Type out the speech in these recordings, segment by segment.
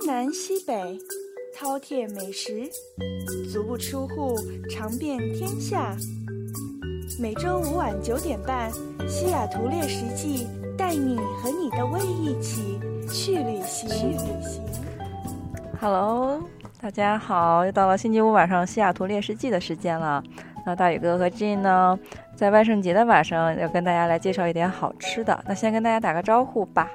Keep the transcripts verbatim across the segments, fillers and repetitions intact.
南西北，饕餮美食，足不出户尝遍天下。每周五晚九点半，西雅图猎食记带你和你的胃一起去旅行。去旅行。 Hello， 大家好，又到了星期五晚上西雅图猎食记的时间了。那大宇哥和 Jane 呢，在万圣节的晚上要跟大家来介绍一点好吃的。那先跟大家打个招呼吧。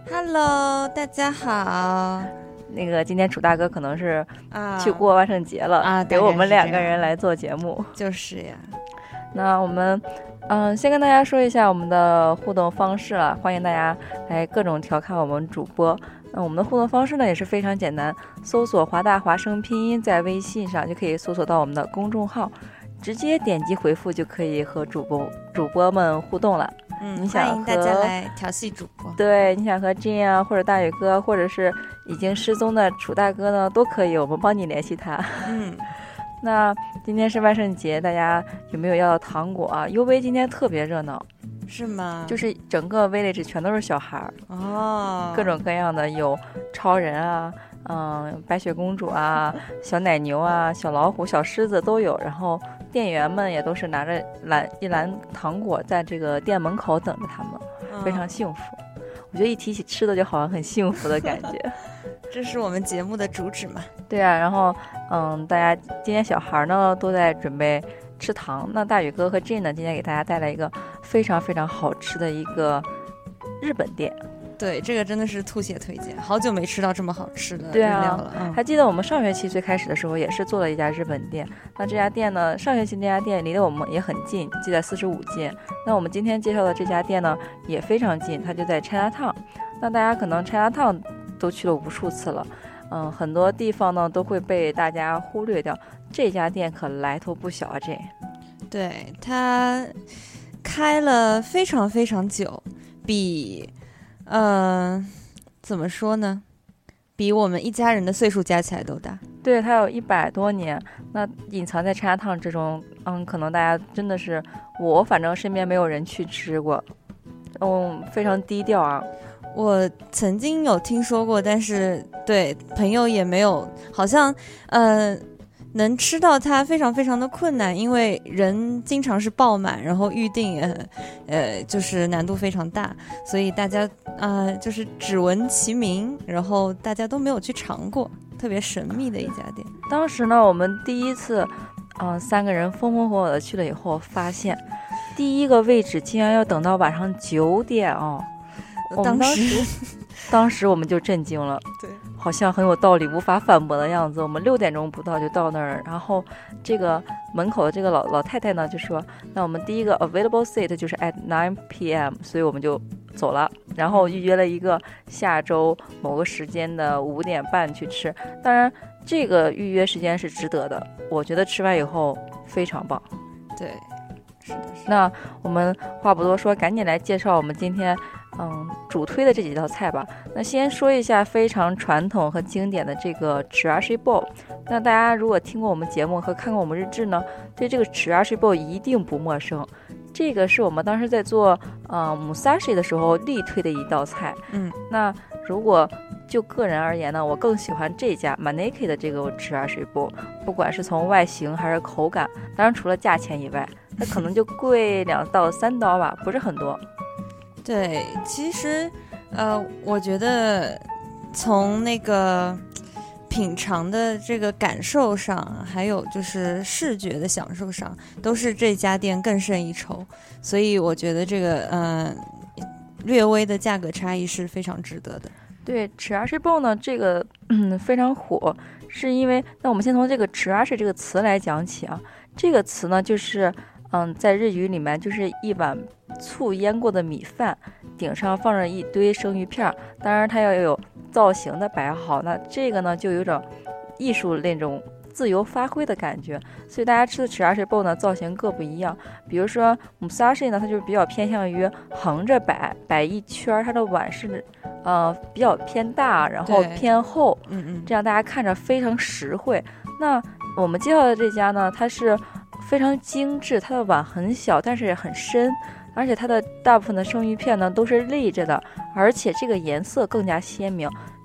Hello， 大家好。 那个今天楚大哥可能是去过万圣节了啊，给我们两个人来做节目。 就是呀。 那我们嗯，先跟大家说一下我们的互动方式了，欢迎大家来各种调侃我们主播。那我们的互动方式呢也是非常简单，搜索华大华声拼音，在微信上就可以搜索到我们的公众号，直接点击回复就可以和主播主播们互动了。 嗯， 你想欢迎大家来调戏主播。 对，你想和 Jane 啊，或者大宇哥，或者是已经失踪的楚大哥呢，都可以，我们帮你联系他。 嗯， 那今天是万圣节，大家有没有要到糖果啊 ？U V 今天特别热闹， 是吗？ 就是整个 village 全都是小孩哦， 各种各样的，有超人啊，嗯，白雪公主啊，小奶牛啊，小老虎、小狮子都有。然后店员们也都是拿着篮一篮糖果在这个店门口等着他们， 嗯、 非常幸福。我觉得一提起吃的就好像很幸福的感觉。 这是我们节目的主旨嘛？ 对啊，然后嗯，大家今天小孩呢都在准备吃糖。那大宇哥和 Jane 呢，今天给大家带来一个非常非常好吃的一个日本店。 对，这个真的是吐血推荐，好久没吃到这么好吃的日料了。 对啊，嗯、还记得我们上学期最开始的时候也是做了一家日本店。那这家店呢，上学期那家店离得我们也很近，就在四十五街。那我们今天介绍的这家店呢也非常近，它就在 Chinatown。那大家可能 Chinatown 都去了无数次了，嗯，很多地方呢都会被大家忽略掉。这家店可来头不小啊，这。 对，它开了非常非常久，比。呃，怎么说呢？比我们一家人的岁数加起来都大。 对，它有一百多年。那隐藏在 Chinatown 这种，嗯，可能大家真的是我，反正身边没有人去吃过，嗯，非常低调啊。 我曾经有听说过，但是对朋友也没有，好像呃。能吃到它非常非常的困难，因为人经常是爆满，然后预定也呃就是难度非常大，所以大家啊、呃、就是只闻其名，然后大家都没有去尝过，特别神秘的一家店。 当时呢，我们第一次嗯、呃、三个人风风火火的去了以后，发现第一个位置竟然要等到晚上九点哦。 当时当时我们就震惊了， 对， 好像很有道理，无法反驳的样子。我们六点钟不到就到那儿，然后这个门口的这个老老太太呢就说，那我们第一个 available seat 就是 at nine p m， 所以我们就走了，然后预约了一个下周某个时间的五点半去吃。当然这个预约时间是值得的，我觉得吃完以后非常棒。 对，是的，是的。 那我们话不多说，赶紧来介绍我们今天嗯，主推的这几道菜吧。那先说一下非常传统和经典的这个 Chirashi Bowl。那大家如果听过我们节目和看过我们日志呢，对这个 Chirashi Bowl 一定不陌生。这个是我们当时在做呃 Musashi 的时候力推的一道菜。 嗯， 那如果就个人而言呢，我更喜欢这家 Maneki 的这个 Chirashi Bowl， 不管是从外形还是口感，当然除了价钱以外，它可能就贵两到三刀吧，不是很多。 对，其实呃我觉得从那个品尝的这个感受上，还有就是视觉的享受上，都是这家店更胜一筹，所以我觉得这个呃略微的价格差异是非常值得的。 对 Chirashi Bowl 呢，这个嗯非常火，是因为那我们先从这个 Chirashi 这个词来讲起啊。这个词呢就是嗯在日语里面就是一碗醋腌过的米饭，顶上放着一堆生鱼片，当然它要有造型的摆好，那这个呢就有种艺术那种自由发挥的感觉，所以大家吃的 Chirashi Bowl 呢造型各不一样。比如说 Musashi 呢，它就比较偏向于横着摆，摆一圈，它的碗是呃比较偏大，然后偏厚， 嗯嗯， 这样大家看着非常实惠。那我们介绍的这家呢，它是非常精致，它的碗很小，但是很深，而且它的大部分的生鱼片呢都是立着的，而且这个颜色更加鲜明。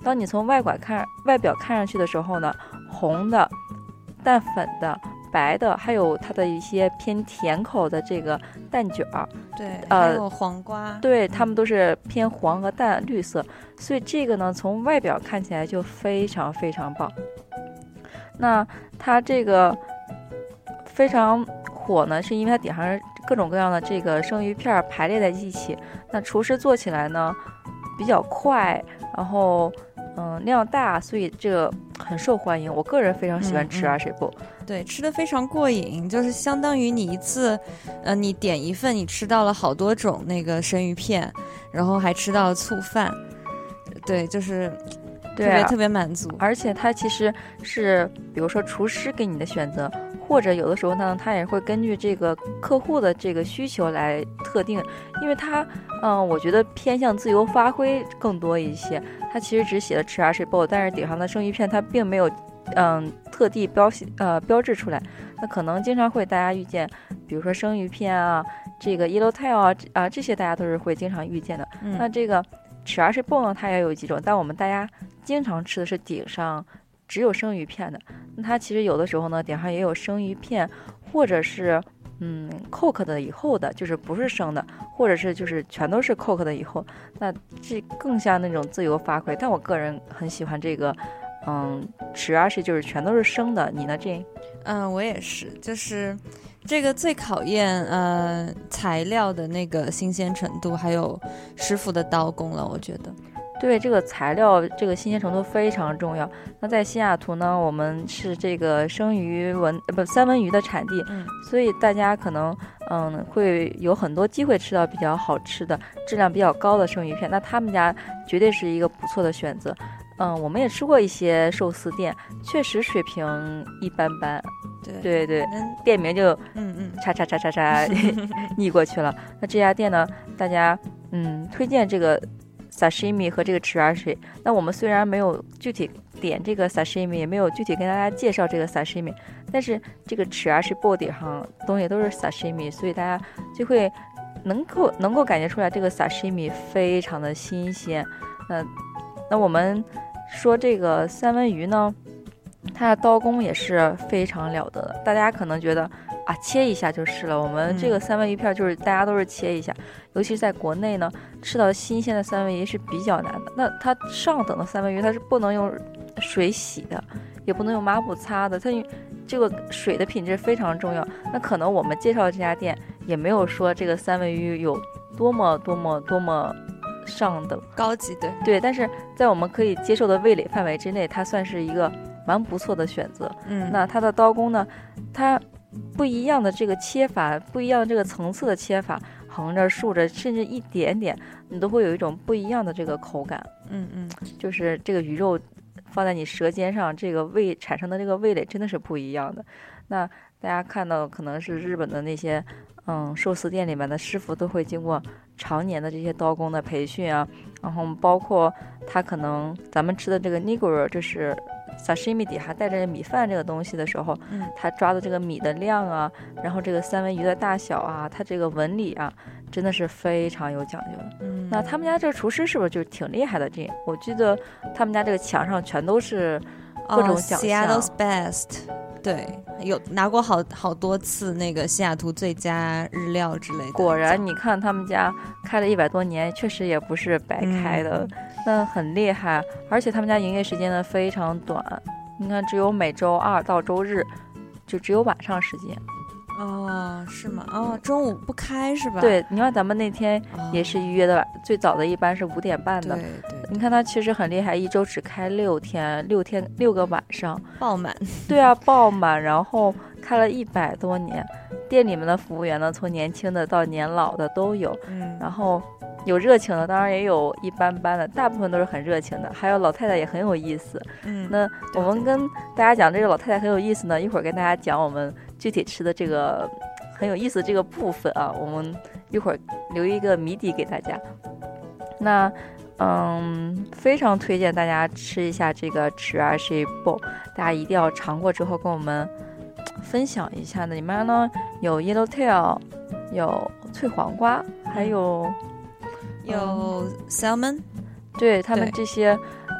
当你从外观看外表看上去的时候呢，红的、淡粉的、白的，还有它的一些偏甜口的这个蛋卷儿， 对， 呃， 还有黄瓜， 对，它们都是偏黄和淡绿色，所以这个呢，从外表看起来就非常非常棒。那它这个非常火呢，是因为它顶上各种各样的这个生鱼片排列在一起，那厨师做起来呢比较快，然后嗯量大，所以这个很受欢迎。我个人非常喜欢吃啊水波、 嗯嗯，对，吃的非常过瘾，就是相当于你一次，呃，你点一份，你吃到了好多种那个生鱼片，然后还吃到了醋饭，对，就是特别、啊、特别满足。 而且它其实是，比如说厨师给你的选择，或者有的时候呢，他也会根据这个客户的这个需求来特定，因为他，嗯、呃，我觉得偏向自由发挥更多一些。他其实只写了吃啊水波，但是顶上的生鱼片它并没有，嗯、呃，特地标呃标志出来。那可能经常会大家遇见，比如说生鱼片啊，这个 yellowtail 啊啊这些大家都是会经常遇见的。嗯、那这个吃啊水波呢，它也有几种，但我们大家经常吃的是顶上只有生鱼片的。那它其实有的时候呢，顶上也有生鱼片，或者是嗯 cook 的以后的，就是不是生的，或者是就是全都是 cook 的以后，那这更像那种自由发挥。但我个人很喜欢这个，嗯，吃啊是就是全都是生的。你呢，Jane？ 嗯，我也是，就是这个最考验呃材料的那个新鲜程度，还有师傅的刀工了，我觉得。 对，这个材料这个新鲜程度非常重要。那在西雅图呢，我们是这个生鱼文呃不三文鱼的产地， 嗯， 所以大家可能嗯会有很多机会吃到比较好吃的、质量比较高的生鱼片。那他们家绝对是一个不错的选择。嗯，我们也吃过一些寿司店，确实水平一般般。 对对对，店名就嗯嗯叉叉叉叉叉译过去了。那这家店呢，大家嗯推荐这个sashimi 和这个chirashi。那我们虽然没有具体点这个 sashimi， 也没有具体跟大家介绍这个 sashimi， 但是这个 chirashi bowl 顶上东西都是 sashimi， 所以大家就会能够能够感觉出来这个 sashimi 非常的新鲜。那那我们说这个三文鱼呢，它的刀工也是非常了得的。大家可能觉得啊，切一下就是了。我们这个三文鱼片就是大家都是切一下，嗯、尤其是在国内呢，吃到新鲜的三文鱼是比较难的。那它上等的三文鱼它是不能用水洗的，也不能用抹布擦的，它这个水的品质非常重要。那可能我们介绍的这家店也没有说这个三文鱼有多么多么多么上等高级，对对，但是在我们可以接受的味蕾范围之内，它算是一个蛮不错的选择。 嗯， 那它的刀工呢，它不一样的这个切法，不一样这个层次的切法，横着竖着甚至一点点，你都会有一种不一样的这个口感。 嗯嗯， 就是这个鱼肉放在你舌尖上，这个味产生的这个味蕾真的是不一样的。那大家看到可能是日本的那些嗯寿司店里面的师傅都会经过常年的这些刀工的培训啊，然后包括他可能咱们吃的这个 nigiri， 就是sashimi 底下带着米饭这个东西的时候， 嗯， 他抓的这个米的量啊，然后这个三文鱼的大小啊，它这个纹理啊，真的是非常有讲究的。 嗯， 那他们家这个厨师是不是就挺厉害的？这我记得他们家这个墙上全都是各种奖项。 Oh, Seattle's Best， 对，有拿过好好多次那个西雅图最佳日料之类的。 果然，你看他们家开了一百多年，确实也不是白开的。嗯，那很厉害，而且他们家营业时间呢非常短，你看只有每周二到周日，就只有晚上时间。 哦，是吗？哦，中午不开是吧？ 对，你看咱们那天也是预约的，哦，最早的一般是五点半的。 对 对, 对， 你看他其实很厉害，一周只开六天，六天六个晚上爆满。 对啊，爆满，然后开了一百多年，店里面的服务员呢，从年轻的到年老的都有。 嗯， 然后有热情的，当然也有一般般的，大部分都是很热情的，还有老太太也很有意思。 嗯， 那我们跟大家讲这个老太太很有意思呢，一会儿跟大家讲我们具体吃的这个很有意思的这个部分啊，我们一会儿留一个谜底给大家。那嗯，非常推荐大家吃一下这个 chirashi bowl， 大家一定要尝过之后跟我们分享一下的。里面呢有 yellowtail， 有脆黄瓜，还有有 salmon， 对他们这些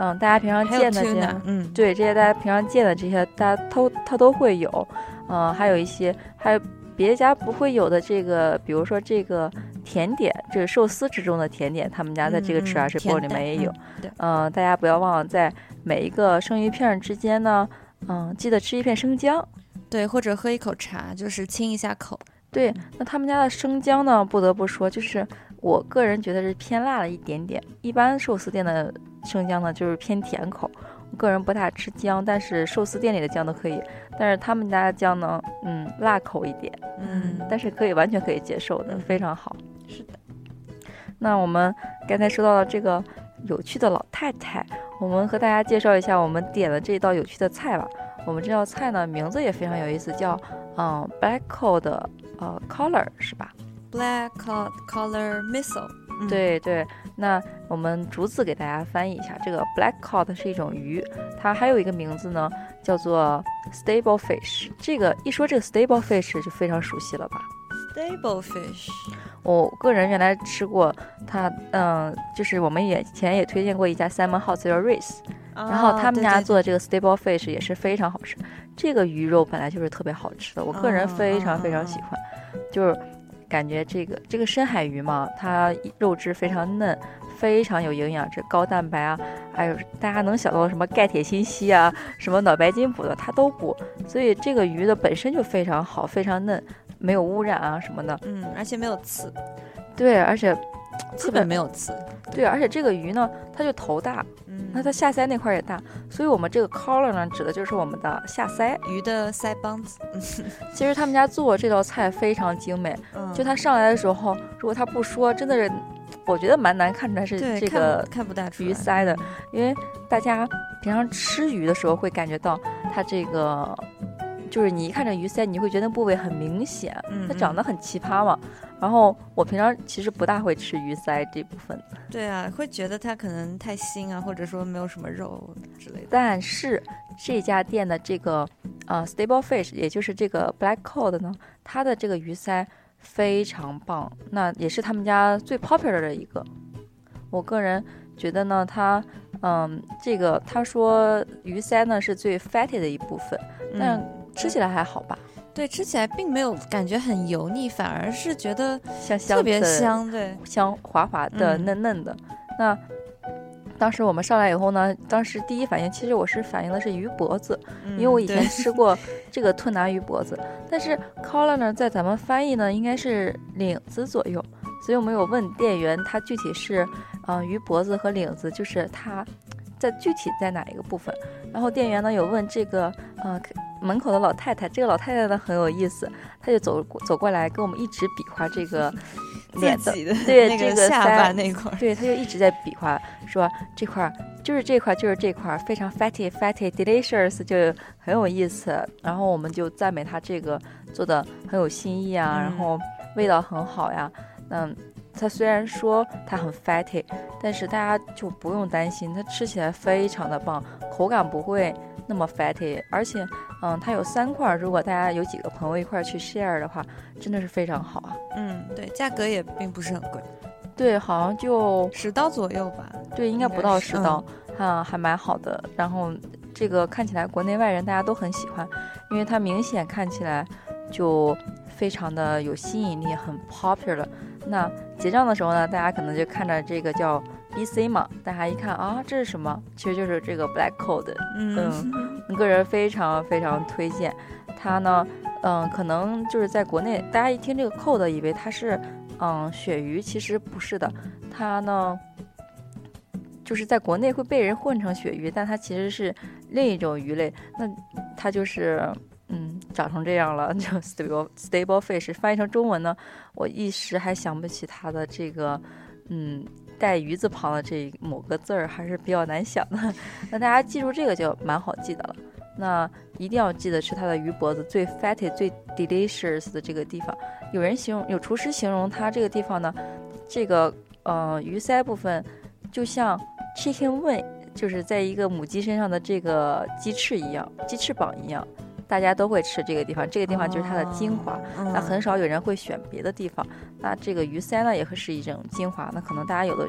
嗯，大家平常见的这些， 嗯， 对，这些大家平常见的这些，大家都它都会有，嗯，还有一些还有别家不会有的这个，比如说这个甜点，这个寿司之中的甜点，他们家在这个吃啊是包里面也有， 嗯， 嗯，大家不要忘了在每一个生鱼片之间呢，嗯，记得吃一片生姜， 对，或者喝一口茶，就是清一下口。 对，那他们家的生姜呢，不得不说，就是我个人觉得是偏辣了一点点。一般寿司店的生姜呢，就是偏甜口。我个人不太吃姜，但是寿司店里的姜都可以。但是他们家的姜呢，嗯，辣口一点， 嗯， 但是可以完全可以接受的，非常好。 是的。 那我们刚才说到了这个有趣的老太太，我们和大家介绍一下我们点的这道有趣的菜吧。我们这道菜呢，名字也非常有意思，叫嗯 black cod 的呃 collar 是吧 ？black cod collar missile、嗯。 对对，那我们逐字给大家翻译一下，这个 black cod 是一种鱼，它还有一个名字呢，叫做 stable fish。这个一说这个 stable fish 就非常熟悉了吧 ？stable fish， 我个人原来吃过它，嗯，就是我们以前也推荐过一家 Salmon House 叫 Race。然后他们家做的这个 stable fish 也是非常好吃，这个鱼肉本来就是特别好吃的，我个人非常非常喜欢，就是感觉这个这个深海鱼嘛，它肉质非常嫩，非常有营养，这高蛋白啊，还有大家能想到的什么钙铁锌硒啊，什么脑白金补的它都补，所以这个鱼的本身就非常好，非常嫩，没有污染啊什么的， 嗯，而且没有刺， 对，而且基本没有刺， 对，而且这个鱼呢，它就头大。那它下鳃那块也大，所以我们这个 collar 呢，指的就是我们的下鳃， 鱼的腮帮子。 其实他们家做这道菜非常精美，嗯、就它上来的时候，如果他不说，真的是，我觉得蛮难看出来是这个看不大出鱼鳃的，因为大家平常吃鱼的时候会感觉到它这个，就是你一看这鱼鳃，你会觉得部位很明显， 嗯、 它长得很奇葩嘛。然后我平常其实不大会吃鱼鳃这部分， 对啊，会觉得它可能太腥啊，或者说没有什么肉之类的。 但是这家店的这个呃 stable fish， 也就是这个 black cod 呢，它的这个鱼鳃非常棒，那也是他们家最 popular 的一个。我个人觉得呢，它嗯这个他说鱼鳃呢是最 fatty 的一部分，但吃起来还好吧。 对，吃起来并没有感觉很油腻，反而是觉得香香特别香，对， 香滑滑的、嗯、嫩嫩的。那当时我们上来以后呢，当时第一反应其实我是反应的是鱼脖子， 嗯、 因为我以前吃过这个吞拿鱼脖子，但是 collar 呢，在咱们翻译呢应该是领子左右，所以我们有问店员，它具体是嗯、呃、鱼脖子和领子，就是它在具体在哪一个部分。然后店员呢有问这个呃。门口的老太太，这个老太太呢很有意思，她就走走过来跟我们一直比划这个脸的， 的对这个下巴那块， 对，她就一直在比划，说这块就是这块就是这块，非常 fatty fatty delicious， 就很有意思。然后我们就赞美她这个做的很有新意啊， 嗯、 然后味道很好呀。嗯，它虽然说它很 fatty， 但是大家就不用担心，它吃起来非常的棒，口感不会那么 fatty， 而且嗯，它有三块，如果大家有几个朋友一块去 share 的话，真的是非常好啊。 嗯，对，价格也并不是很贵， 对，好像就十刀左右吧。 对，应该不到十刀， 嗯、 啊，还蛮好的。然后这个看起来国内外人大家都很喜欢，因为它明显看起来就非常的有吸引力，很 popular。那结账的时候呢，大家可能就看着这个叫 B C 嘛，大家一看啊，这是什么？其实就是这个 black cod。嗯，嗯个人非常非常推荐它呢。嗯，可能就是在国内，大家一听这个 cod 以为它是嗯鳕鱼，其实不是的。它呢，就是在国内会被人混成鳕鱼，但它其实是另一种鱼类。那它就是嗯长成这样了，就 stable stable fish 翻译成中文呢，我一时还想不起它的这个嗯带鱼字旁的这某个字儿，还是比较难想的。那大家记住这个就蛮好记的了。那一定要记得是它的鱼脖子最 fatty 最 delicious 的这个地方。有人形容，有厨师形容它这个地方呢，这个呃鱼鳃部分就像 chicken wing， 就是在一个母鸡身上的这个鸡翅一样，鸡翅膀一样，大家都会吃这个地方，这个地方就是它的精华。 哦、 那很少有人会选别的地方。那这个鱼鳃呢，也会是一种精华。那可能大家有的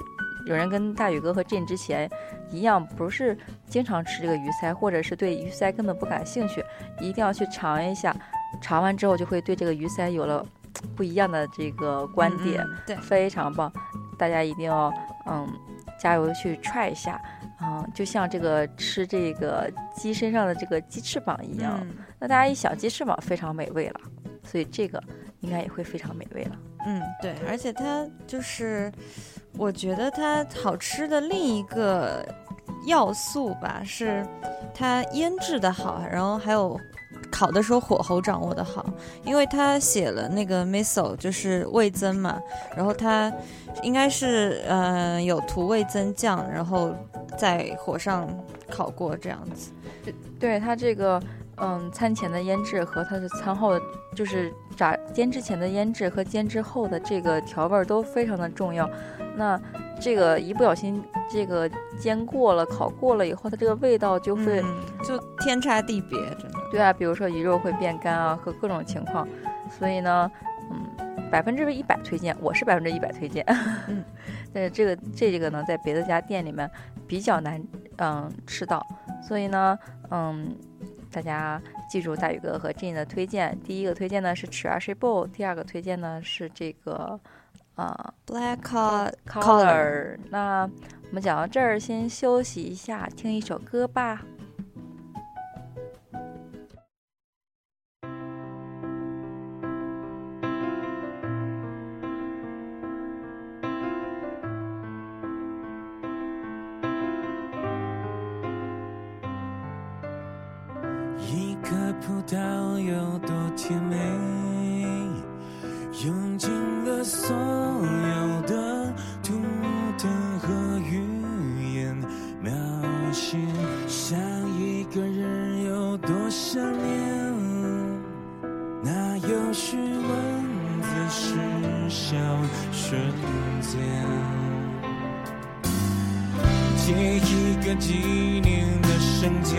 有人跟大宇哥和Jane之前一样，不是经常吃这个鱼鳃，或者是对鱼鳃根本不感兴趣，一定要去尝一下，尝完之后就会对这个鱼鳃有了不一样的这个观点， 嗯、对， 非常棒，大家一定要嗯加油去try一下，嗯，就像这个吃这个鸡身上的这个鸡翅膀一样， 嗯、 那大家一想鸡翅膀非常美味了，所以这个应该也会非常美味了。 嗯，对，而且它就是我觉得它好吃的另一个要素吧，是它腌制的好，然后还有烤的时候火候掌握的好，因为它写了那个 miso 就是味增嘛，然后它应该是呃有涂味增酱，然后在火上烤过这样子。 对，它这个嗯餐前的腌制和它的餐后的就是炸煎之前的腌制和煎之后的这个调味都非常的重要。那这个一不小心这个煎过了烤过了以后，它这个味道就会、 嗯、就天差地别，真的。 对啊，比如说鱼肉会变干啊和各种情况，所以呢嗯百分之一百推荐，我是百分之一百推荐。 嗯， 但是这个这个呢在别的家店里面比较难嗯吃到，所以呢嗯大家记住大宇哥和Jane的推荐，第一个推荐呢是Chirashi Bowl，第二个推荐呢是这个呃 Black Cod Collar。那我们讲到这儿，先休息一下，听一首歌吧。 一颗葡萄有多甜美，用尽了所有的图腾和语言描写，想一个人有多想念，那有序文字是小瞬间，借一个纪念的瞬间，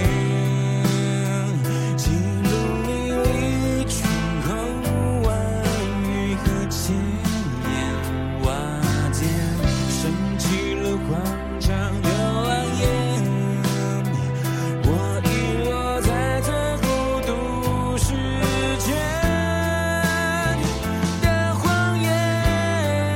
记录你离去后万语和千言瓦解，升起了慌张的狼烟，我遗落在这孤独世界的谎言，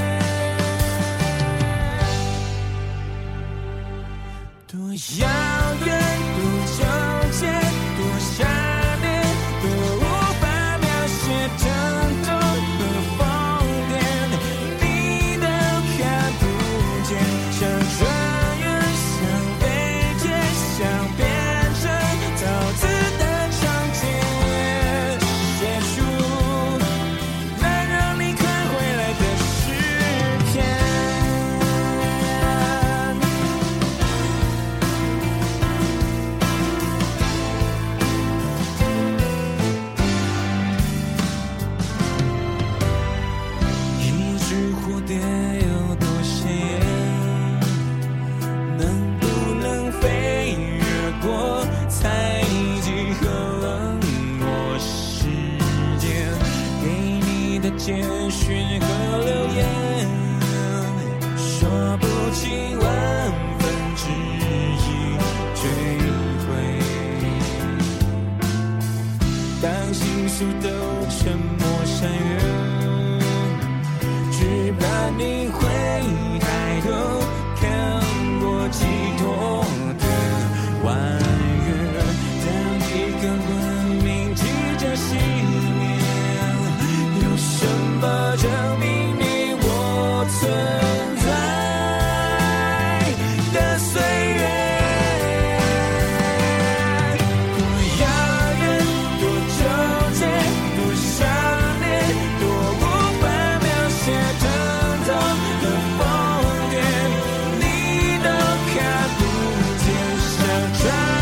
多遥远多纠结多想念，多无法描写疼痛和疯癫，你都看不见，想穿越想被接想变成造字的场景，写出能让你看回来的诗篇。一只蝴蝶有多显眼，能不能飞越过猜忌和冷漠时间，给你的简讯和留言，说不清万分之一追回，当心术都沉默山原，只怕你会抬头看过几朵的弯月，当一个文明急着熄灭，有什么证明你我存在的岁月，多遥远多纠结多想念，多无法描写疼痛和疯癫，你都看不见，想穿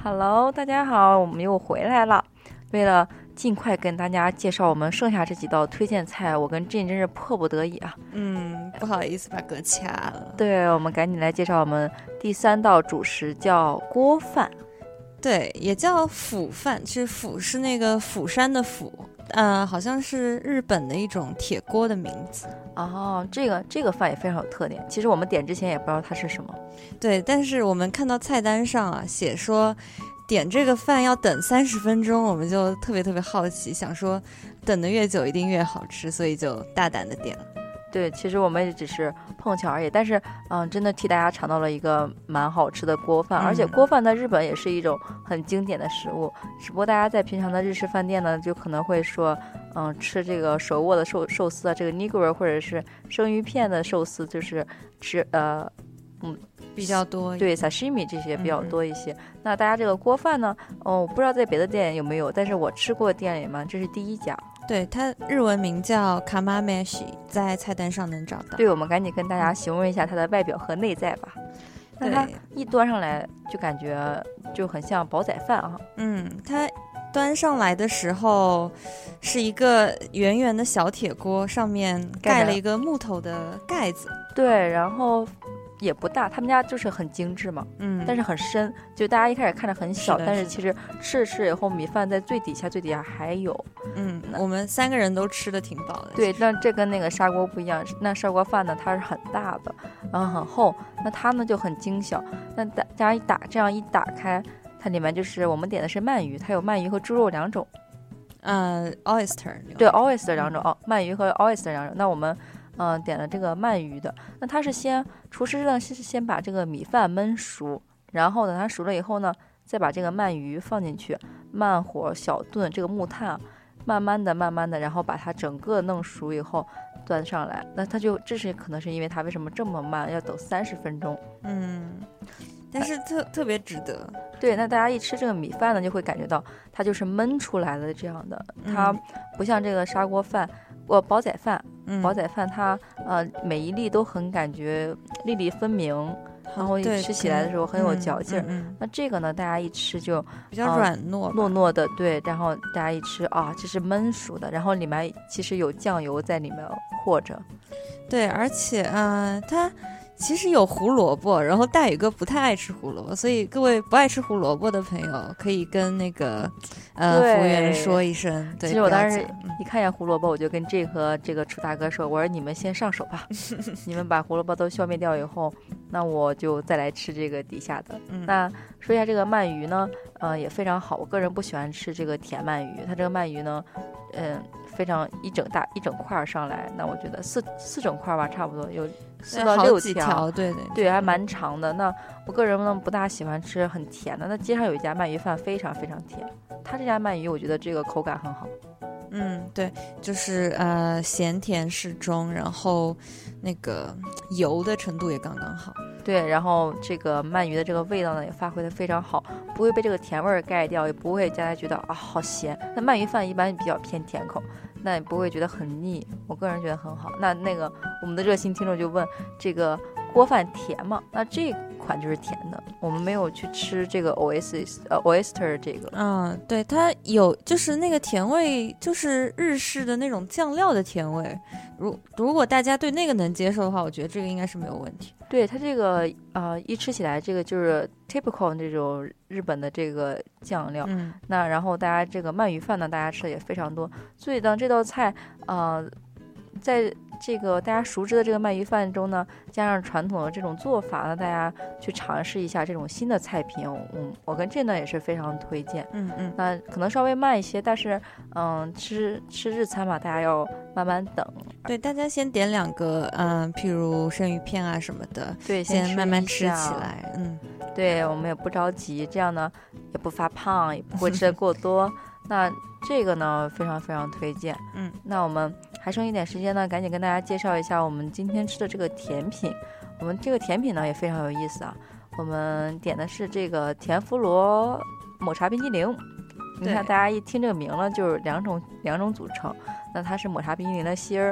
Hello， 大家好，我们又回来了。为了尽快跟大家介绍我们剩下这几道推荐菜，我跟 Jane 真是迫不得已啊。 嗯，不好意思把歌掐了。 对，我们赶紧来介绍我们第三道主食，叫锅饭。 对，也叫釜饭，是釜是那个釜山的釜，呃，好像是日本的一种铁锅的名字。 哦，这个这个饭也非常有特点。其实我们点之前也不知道它是什么。 对，但是我们看到菜单上啊写说点这个饭要等三十分钟，我们就特别特别好奇，想说等得越久一定越好吃，所以就大胆的点了。 对，其实我们也只是碰巧而已，但是嗯，真的替大家尝到了一个蛮好吃的锅饭， 嗯、 而且锅饭在日本也是一种很经典的食物，只不过大家在平常的日式饭店呢，就可能会说，嗯，吃这个手握的寿寿司啊，这个 nigiri 或者是生鱼片的寿司，就是吃呃，嗯。 比较多， 对 sashimi 这些比较多一些。嗯、那大家这个锅饭呢，哦，不知道在别的店有没有，但是我吃过店里嘛，这是第一家。 对，它日文名叫 kamameshi， 在菜单上能找到。 对，我们赶紧跟大家形容一下它的外表和内在吧。那它一端上来就感觉就很像煲仔饭啊。 嗯，它端上来的时候是一个圆圆的小铁锅，上面盖了一个木头的盖子。 对，然后也不大，他们家就是很精致嘛， 嗯， 但是很深，就大家一开始看着很小， 是但是其实吃着吃以后，米饭在最底下，最底下还有。 嗯，我们三个人都吃的挺饱的。 对，那这跟那个砂锅不一样，那砂锅饭呢，它是很大的，然后很厚，那它呢就很精小。那大家一打，这样一打开，它里面就是我们点的是鳗鱼，它有鳗鱼和猪肉两种。 呃 ，oyster。 对 ，oyster 两种哦，鳗鱼和 oyster 两种。那我们。嗯、呃，点了这个鳗鱼的，那它是先厨师呢是先把这个米饭焖熟，然后等它熟了以后呢，再把这个鳗鱼放进去，慢火小炖这个木炭，慢慢的、慢慢的，然后把它整个弄熟以后端上来。那它就这是可能是因为它为什么这么慢，要等三十分钟。 嗯，但是特特别值得。 对，那大家一吃这个米饭呢，就会感觉到它就是焖出来的这样的，它不像这个砂锅饭。我煲仔饭，煲仔饭它呃每一粒都很感觉粒粒分明，然后吃起来的时候很有嚼劲儿。 嗯嗯嗯、 那这个呢，大家一吃就比较软糯、呃、 糯糯的，对。然后大家一吃啊，这是焖熟的，然后里面其实有酱油在里面和着。 对，而且啊、呃，它其实有胡萝卜，然后大宇哥不太爱吃胡萝卜，所以各位不爱吃胡萝卜的朋友可以跟那个呃服务员说一声。对， 其实我当时一看见胡萝卜，我就跟这和这个楚大哥说，我说你们先上手吧，你们把胡萝卜都消灭掉以后，那我就再来吃这个底下的。 嗯、 那说一下这个鳗鱼呢，呃也非常好，我个人不喜欢吃这个甜鳗鱼，它这个鳗鱼呢，嗯。非常一整大一整块上来，那我觉得四四整块吧，差不多有四到六条， 条对对对，还蛮长的。那我个人呢不大喜欢吃很甜的。那街上有一家鳗鱼饭非常非常甜，它这家鳗鱼我觉得这个口感很好。 嗯，对，就是呃咸甜适中，然后那个油的程度也刚刚好。 对，然后这个鳗鱼的这个味道呢也发挥的非常好，不会被这个甜味儿盖掉，也不会大家觉得啊好咸。那鳗鱼饭一般比较偏甜口，那也不会觉得很腻，我个人觉得很好。那那个我们的热心听众就问这个锅饭甜吗？那这款就是甜的，我们没有去吃这个 oasis 呃 oyster 这个。 嗯，对，它有就是那个甜味，就是日式的那种酱料的甜味。如如果大家对那个能接受的话，我觉得这个应该是没有问题。 对，它这个呃一吃起来，这个就是 typical 这种日本的这个酱料。 嗯， 那然后大家这个鳗鱼饭呢，大家吃的也非常多，所以呢这道菜呃在这个大家熟知的这个鳗鱼饭中呢，加上传统的这种做法呢，大家去尝试一下这种新的菜品。嗯，我跟这呢也是非常推荐。 嗯嗯， 那可能稍微慢一些，但是嗯，吃吃日餐嘛，大家要慢慢等。 对，大家先点两个，嗯，譬如生鱼片啊什么的， 对， 先慢慢吃起来。 嗯， 对，我们也不着急，这样呢也不发胖，也不会吃得过多。那这个呢非常非常推荐。 嗯， 那我们还剩一点时间呢，赶紧跟大家介绍一下我们今天吃的这个甜品。我们这个甜品呢也非常有意思啊，我们点的是这个甜芙罗抹茶冰激凌。你看大家一听这个名了，就是两种两种组成。那它是抹茶冰激凌的芯儿，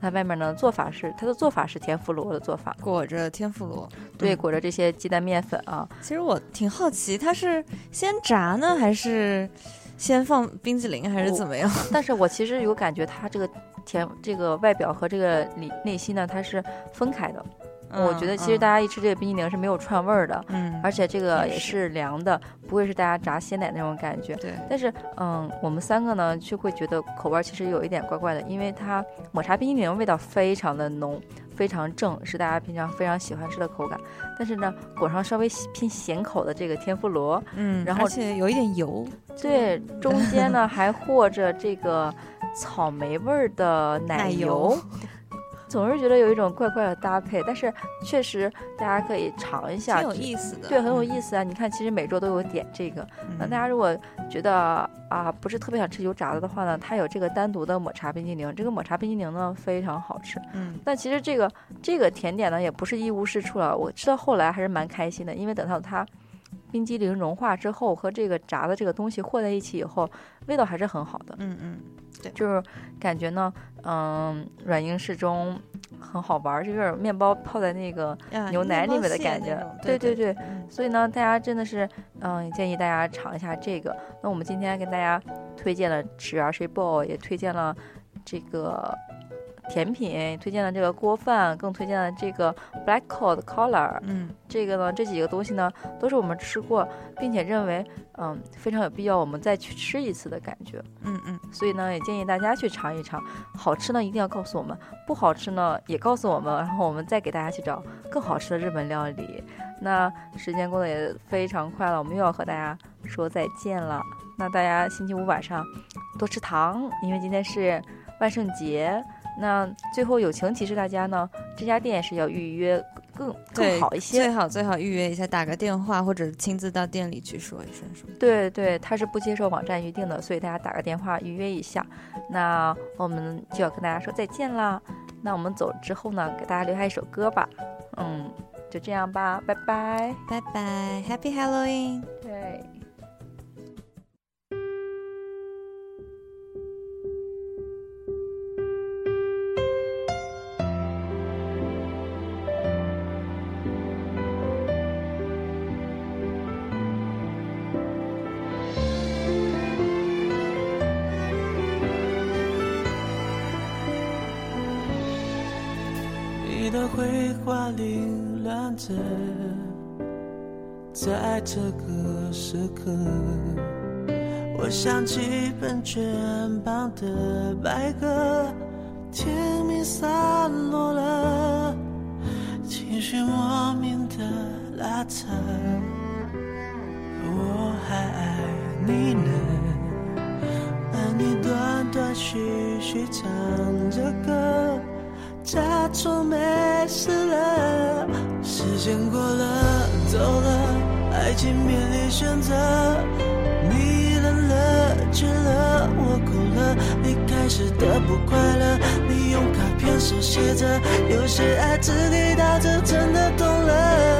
它外面呢做法是它的做法是天妇罗的做法， 裹着天妇罗， 对， 嗯裹着这些鸡蛋面粉啊。 其实我挺好奇，它是先炸呢，还是先放冰淇淋，还是怎么样？ 但是我其实有感觉，它这个甜这个外表和这个里内心呢，它是分开的。我觉得其实大家一吃这个冰淇淋是没有串味儿的， 嗯， 而且这个也也是凉的，不会是大家炸鲜奶那种感觉。 对， 但是嗯，我们三个呢就会觉得口味其实有一点怪怪的，因为它抹茶冰淇淋味道非常的浓，非常正，是大家平常非常喜欢吃的口感。但是呢，裹上稍微偏咸口的这个天妇罗， 嗯， 然后而且有一点油， 对，中间呢还和着这个草莓味儿的奶油。总是觉得有一种怪怪的搭配，但是确实大家可以尝一下， 挺有意思的。 对，很有意思啊！你看，其实每周都有点这个。 嗯、 那大家如果觉得啊不是特别想吃油炸的的话呢，它有这个单独的抹茶冰淇淋。这个抹茶冰淇淋呢非常好吃。 嗯， 但其实这个这个甜点呢也不是一无是处了。我吃到后来还是蛮开心的，因为等到它冰激凌融化之后，和这个炸的这个东西和在一起以后，味道还是很好的。 嗯嗯，对， 就是感觉呢，嗯，软硬适中，很好玩，就有点面包泡在那个牛奶里面的感觉。对对对， 嗯、 所以呢，大家真的是，嗯，建议大家尝一下这个。那我们今天跟大家推荐了十二水 ball， 也推荐了这个甜品，推荐了这个锅饭，更推荐了这个 black cod collar。 嗯， 这个呢，这几个东西呢，都是我们吃过，并且认为，嗯，非常有必要我们再去吃一次的感觉。 嗯嗯， 所以呢，也建议大家去尝一尝。好吃呢，一定要告诉我们；不好吃呢，也告诉我们，然后我们再给大家去找更好吃的日本料理。那时间过得也非常快了，我们又要和大家说再见了。那大家星期五晚上多吃糖，因为今天是万圣节。那最后友情提示大家呢，这家店是要预约更更好一些， 最好最好预约一下，打个电话或者亲自到店里去说一声什么。 对对，它是不接受网站预定的，所以大家打个电话预约一下。那我们就要跟大家说再见啦。那我们走之后呢，给大家留下一首歌吧。嗯，就这样吧，拜拜， 拜拜 ，Happy Halloween。 对。 你的绘画凌乱着，在这个时刻，我想起喷泉旁的白鸽，天明散落了，情绪莫名的拉扯，我还爱你呢，而你断断续续唱着歌，假装没事了，时间过了，走了，爱情面临选择，你冷了，倦了，我哭了，离开时的不快乐，你用卡片手写着，有些爱只给到这，真的懂了。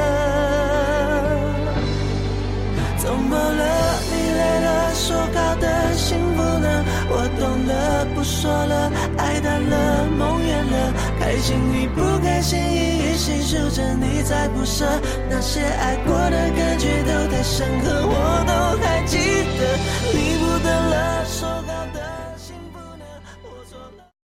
怎么了？你累了，说好的幸福呢？我懂了，不说了，爱淡了，梦远了，开心与不开心一一细数着，你在不舍，那些爱过的感觉都太深刻，我都还记得。你不等了，说好的